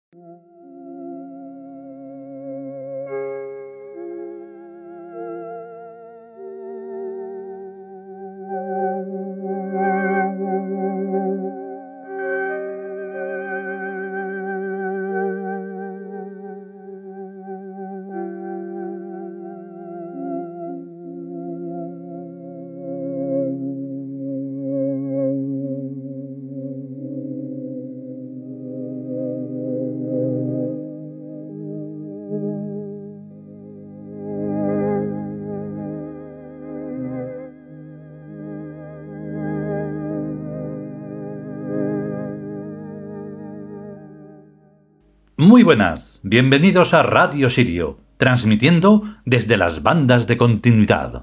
Muy buenas, bienvenidos a Radio Sirio, transmitiendo desde las bandas de continuidad.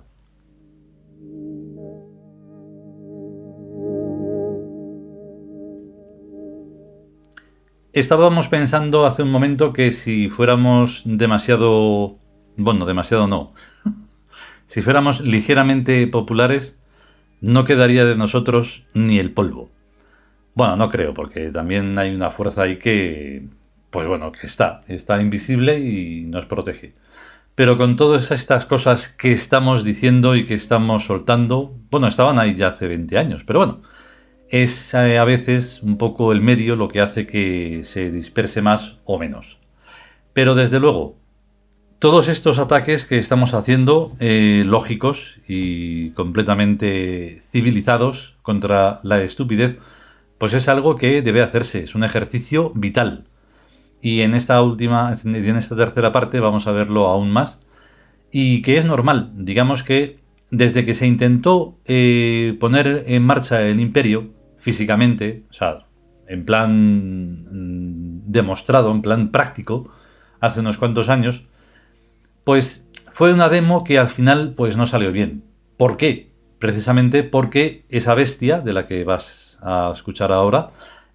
Estábamos pensando hace un momento que si fuéramos demasiado no. Si fuéramos ligeramente populares, no quedaría de nosotros ni el polvo. Bueno, no creo, porque también hay una fuerza ahí que está invisible y nos protege. Pero con todas estas cosas que estamos diciendo y que estamos soltando, estaban ahí ya hace 20 años, pero bueno, es a veces un poco el medio lo que hace que se disperse más o menos. Pero desde luego, todos estos ataques que estamos haciendo, lógicos y completamente civilizados contra la estupidez, pues es algo que debe hacerse, es un ejercicio vital. Y en esta tercera parte vamos a verlo aún más. Y que es normal. Digamos que desde que se intentó poner en marcha el imperio físicamente, o sea, en plan demostrado, en plan práctico, hace unos cuantos años, pues fue una demo que al final pues no salió bien. ¿Por qué? Precisamente porque esa bestia de la que vas a escuchar ahora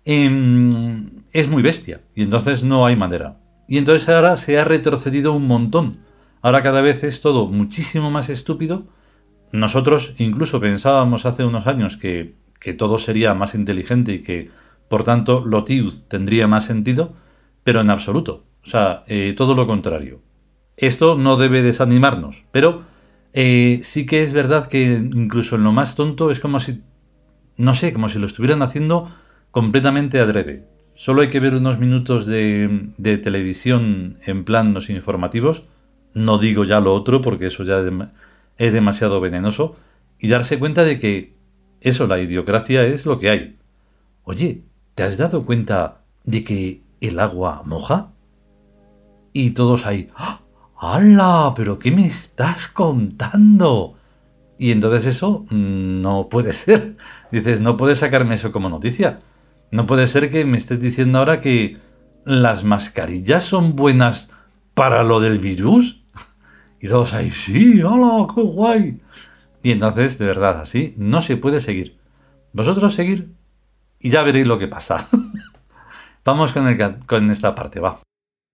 es muy bestia y entonces no hay manera. Y entonces ahora se ha retrocedido un montón. Ahora cada vez es todo muchísimo más estúpido. Nosotros incluso pensábamos hace unos años que todo sería más inteligente y que por tanto lo Tiud tendría más sentido, pero en absoluto. O sea, todo lo contrario. Esto no debe desanimarnos, pero sí que es verdad que incluso en lo más tonto es como si lo estuvieran haciendo completamente adrede. Solo hay que ver unos minutos de televisión en plan los informativos, no digo ya lo otro porque eso ya es demasiado venenoso, y darse cuenta de que la idiocracia es lo que hay. Oye, ¿te has dado cuenta de que el agua moja? Y todos ahí, ¡hala! ¿Pero qué me estás contando? Y entonces eso no puede ser. Dices, no puedes sacarme eso como noticia. No puede ser que me estés diciendo ahora que las mascarillas son buenas para lo del virus. Y todos ahí, sí, hola, qué guay. Y entonces, de verdad, así no se puede seguir. Vosotros seguir y ya veréis lo que pasa. Vamos con esta parte, va.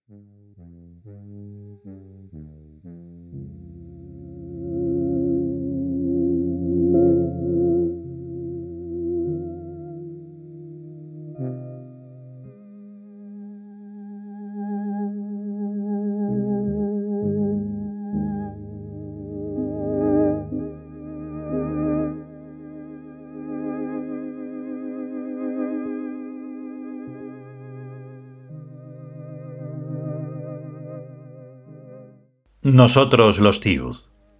Nosotros los Tiud.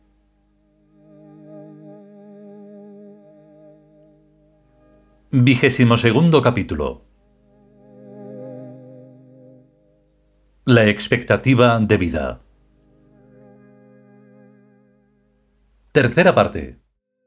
XXII capítulo. La expectativa de vida. Tercera parte.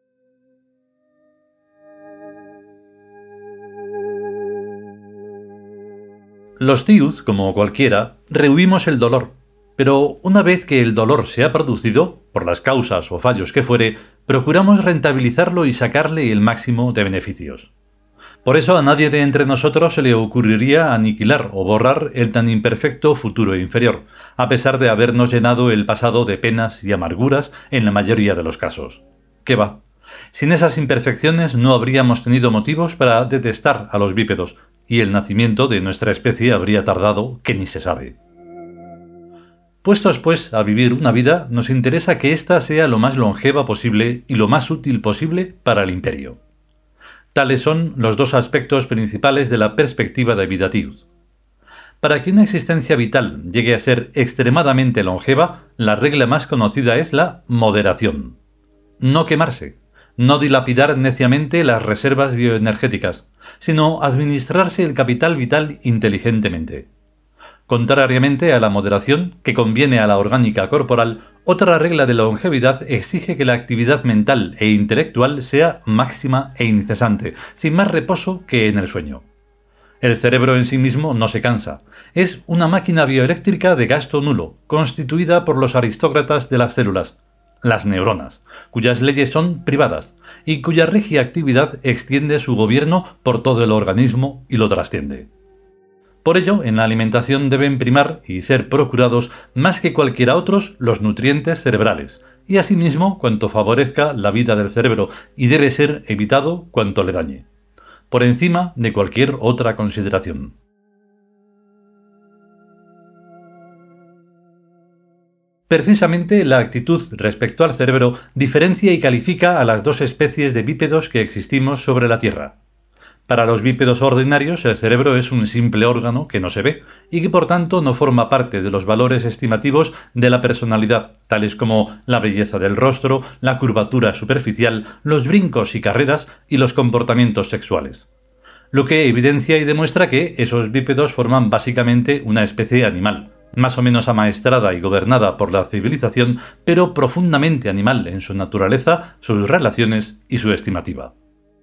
Los Tiud, como cualquiera, rehuimos el dolor. Pero una vez que el dolor se ha producido, por las causas o fallos que fuere, procuramos rentabilizarlo y sacarle el máximo de beneficios. Por eso a nadie de entre nosotros se le ocurriría aniquilar o borrar el tan imperfecto futuro inferior, a pesar de habernos llenado el pasado de penas y amarguras en la mayoría de los casos. ¿Qué va? Sin esas imperfecciones no habríamos tenido motivos para detestar a los bípedos, y el nacimiento de nuestra especie habría tardado que ni se sabe. Puestos pues a vivir una vida, nos interesa que ésta sea lo más longeva posible y lo más útil posible para el imperio. Tales son los dos aspectos principales de la perspectiva de Vidatiu. Para que una existencia vital llegue a ser extremadamente longeva, la regla más conocida es la moderación. No quemarse, no dilapidar neciamente las reservas bioenergéticas, sino administrarse el capital vital inteligentemente. Contrariamente a la moderación, que conviene a la orgánica corporal, otra regla de longevidad exige que la actividad mental e intelectual sea máxima e incesante, sin más reposo que en el sueño. El cerebro en sí mismo no se cansa. Es una máquina bioeléctrica de gasto nulo, constituida por los aristócratas de las células, las neuronas, cuyas leyes son privadas y cuya regia actividad extiende su gobierno por todo el organismo y lo trasciende. Por ello, en la alimentación deben primar y ser procurados más que cualquiera otros los nutrientes cerebrales, y asimismo cuanto favorezca la vida del cerebro, y debe ser evitado cuanto le dañe, por encima de cualquier otra consideración. Precisamente la actitud respecto al cerebro diferencia y califica a las dos especies de bípedos que existimos sobre la Tierra. Para los bípedos ordinarios, el cerebro es un simple órgano que no se ve y que por tanto no forma parte de los valores estimativos de la personalidad, tales como la belleza del rostro, la curvatura superficial, los brincos y carreras y los comportamientos sexuales. Lo que evidencia y demuestra que esos bípedos forman básicamente una especie animal, más o menos amaestrada y gobernada por la civilización, pero profundamente animal en su naturaleza, sus relaciones y su estimativa.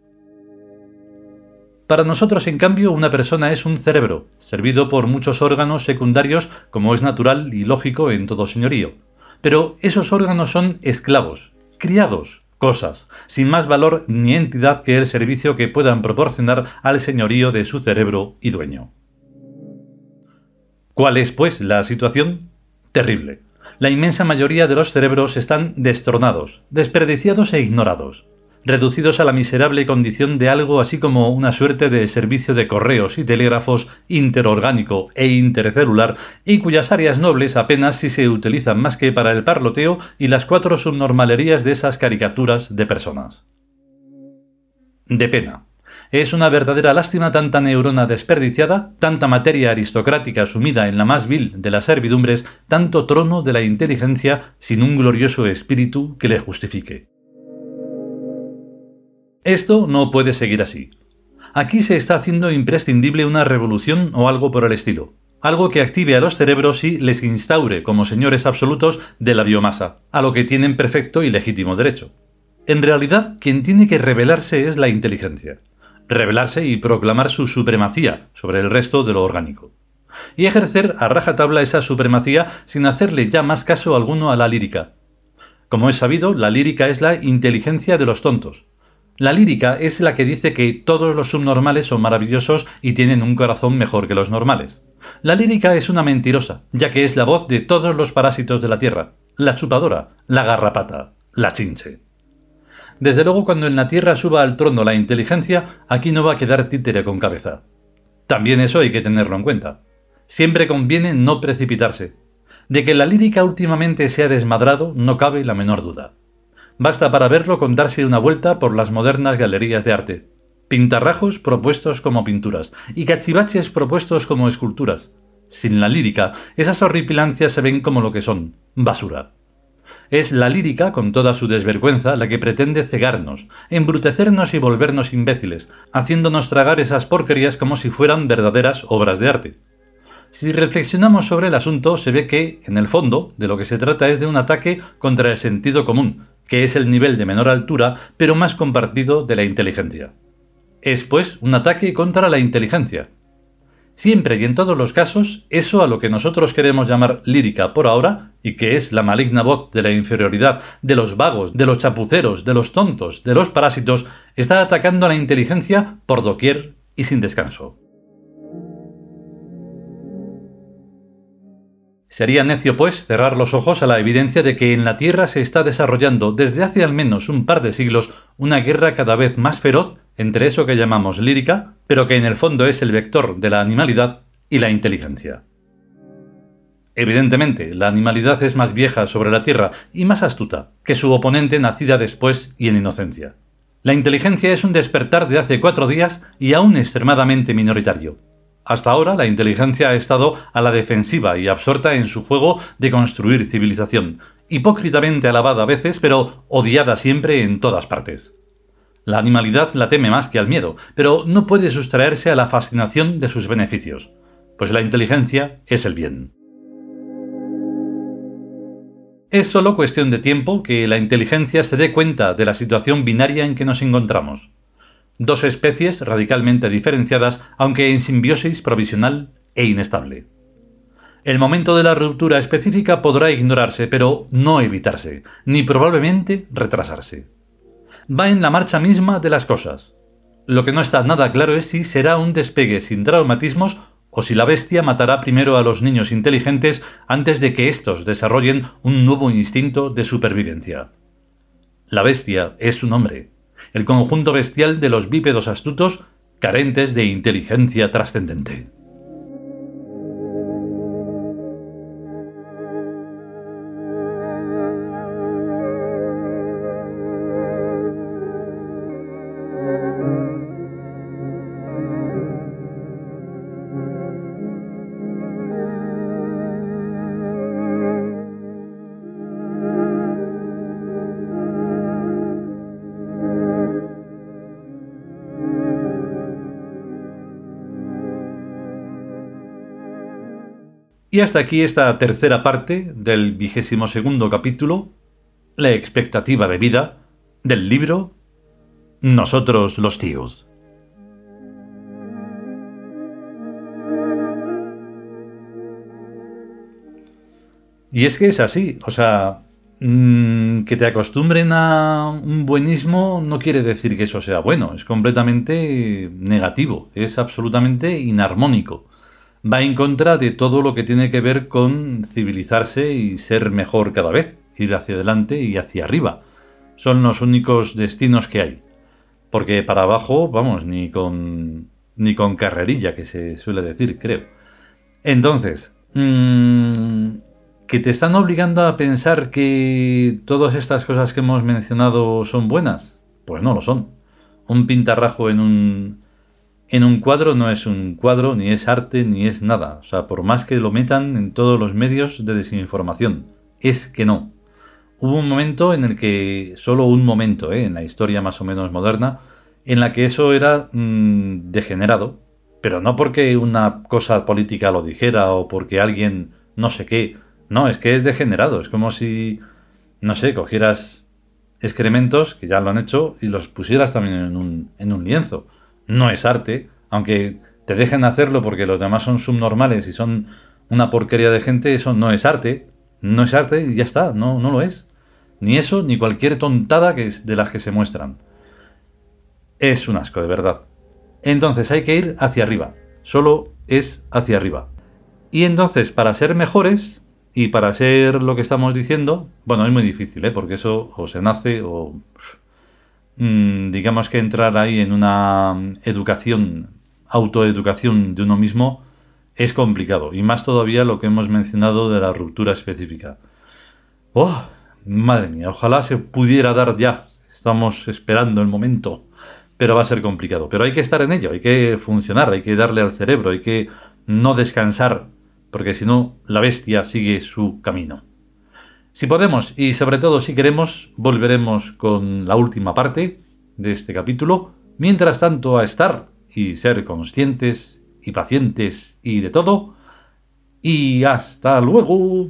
Para nosotros, en cambio, una persona es un cerebro, servido por muchos órganos secundarios, como es natural y lógico en todo señorío. Pero esos órganos son esclavos, criados, cosas, sin más valor ni entidad que el servicio que puedan proporcionar al señorío de su cerebro y dueño. ¿Cuál es, pues, la situación? Terrible. La inmensa mayoría de los cerebros están destronados, desperdiciados e ignorados, reducidos a la miserable condición de algo así como una suerte de servicio de correos y telégrafos interorgánico e intercelular, y cuyas áreas nobles apenas si se utilizan más que para el parloteo y las 4 subnormalerías de esas caricaturas de personas. De pena. Es una verdadera lástima tanta neurona desperdiciada, tanta materia aristocrática sumida en la más vil de las servidumbres, tanto trono de la inteligencia sin un glorioso espíritu que le justifique. Esto no puede seguir así. Aquí se está haciendo imprescindible una revolución o algo por el estilo. Algo que active a los cerebros y les instaure como señores absolutos de la biomasa, a lo que tienen perfecto y legítimo derecho. En realidad, quien tiene que rebelarse es la inteligencia. Rebelarse y proclamar su supremacía sobre el resto de lo orgánico. Y ejercer a rajatabla esa supremacía sin hacerle ya más caso alguno a la lírica. Como es sabido, la lírica es la inteligencia de los tontos. La lírica es la que dice que todos los subnormales son maravillosos y tienen un corazón mejor que los normales. La lírica es una mentirosa, ya que es la voz de todos los parásitos de la tierra, la chupadora, la garrapata, la chinche. Desde luego, cuando en la tierra suba al trono la inteligencia, aquí no va a quedar títere con cabeza. También eso hay que tenerlo en cuenta. Siempre conviene no precipitarse. De que la lírica últimamente se ha desmadrado no cabe la menor duda. Basta para verlo con darse una vuelta por las modernas galerías de arte. Pintarrajos propuestos como pinturas y cachivaches propuestos como esculturas. Sin la lírica, esas horripilancias se ven como lo que son, basura. Es la lírica, con toda su desvergüenza, la que pretende cegarnos, embrutecernos y volvernos imbéciles, haciéndonos tragar esas porquerías como si fueran verdaderas obras de arte. Si reflexionamos sobre el asunto, se ve que, en el fondo, de lo que se trata es de un ataque contra el sentido común, que es el nivel de menor altura, pero más compartido de la inteligencia. Es, pues, un ataque contra la inteligencia. Siempre y en todos los casos, eso a lo que nosotros queremos llamar lírica por ahora, y que es la maligna voz de la inferioridad, de los vagos, de los chapuceros, de los tontos, de los parásitos, está atacando a la inteligencia por doquier y sin descanso. Sería necio, pues, cerrar los ojos a la evidencia de que en la Tierra se está desarrollando desde hace al menos un par de siglos una guerra cada vez más feroz entre eso que llamamos lírica, pero que en el fondo es el vector de la animalidad, y la inteligencia. Evidentemente, la animalidad es más vieja sobre la Tierra y más astuta que su oponente nacida después y en inocencia. La inteligencia es un despertar de hace 4 días y aún extremadamente minoritario. Hasta ahora la inteligencia ha estado a la defensiva y absorta en su juego de construir civilización, hipócritamente alabada a veces, pero odiada siempre en todas partes. La animalidad la teme más que al miedo, pero no puede sustraerse a la fascinación de sus beneficios, pues la inteligencia es el bien. Es solo cuestión de tiempo que la inteligencia se dé cuenta de la situación binaria en que nos encontramos. Dos especies radicalmente diferenciadas, aunque en simbiosis provisional e inestable. El momento de la ruptura específica podrá ignorarse, pero no evitarse, ni probablemente retrasarse. Va en la marcha misma de las cosas. Lo que no está nada claro es si será un despegue sin traumatismos o si la bestia matará primero a los niños inteligentes antes de que éstos desarrollen un nuevo instinto de supervivencia. La bestia es su nombre, el conjunto bestial de los bípedos astutos carentes de inteligencia trascendente. Y hasta aquí esta tercera parte del 22º capítulo, la expectativa de vida, del libro Nosotros los tíos. Y es que es así, o sea, que te acostumbren a un buenismo no quiere decir que eso sea bueno, es completamente negativo, es absolutamente inarmónico. Va en contra de todo lo que tiene que ver con civilizarse y ser mejor cada vez, ir hacia adelante y hacia arriba. Son los únicos destinos que hay. Porque para abajo, vamos, ni con carrerilla, que se suele decir, creo. Entonces, ¿que te están obligando a pensar que todas estas cosas que hemos mencionado son buenas? Pues no lo son. Un pintarrajo en un cuadro no es un cuadro, ni es arte, ni es nada. O sea, por más que lo metan en todos los medios de desinformación. Es que no. Hubo un momento en el que, solo un momento, en la historia más o menos moderna, en la que eso era degenerado, pero no porque una cosa política lo dijera o porque alguien no sé qué. No, es que es degenerado. Es como si, no sé, cogieras excrementos, que ya lo han hecho, y los pusieras también en un lienzo. No es arte, aunque te dejen hacerlo porque los demás son subnormales y son una porquería de gente, eso no es arte. No es arte y ya está, no lo es. Ni eso, ni cualquier tontada de las que se muestran. Es un asco, de verdad. Entonces hay que ir hacia arriba. Solo es hacia arriba. Y entonces, para ser mejores y para ser lo que estamos diciendo, bueno, es muy difícil, porque eso o se nace o digamos que entrar ahí en una educación, autoeducación de uno mismo es complicado. Y más todavía lo que hemos mencionado de la ruptura específica. ¡Oh! Madre mía, ojalá se pudiera dar ya. Estamos esperando el momento. Pero va a ser complicado. Pero hay que estar en ello, hay que funcionar, hay que darle al cerebro, hay que no descansar, porque si no, la bestia sigue su camino. Si podemos y sobre todo si queremos, volveremos con la última parte de este capítulo. Mientras tanto, a estar y ser conscientes y pacientes y de todo. Y hasta luego.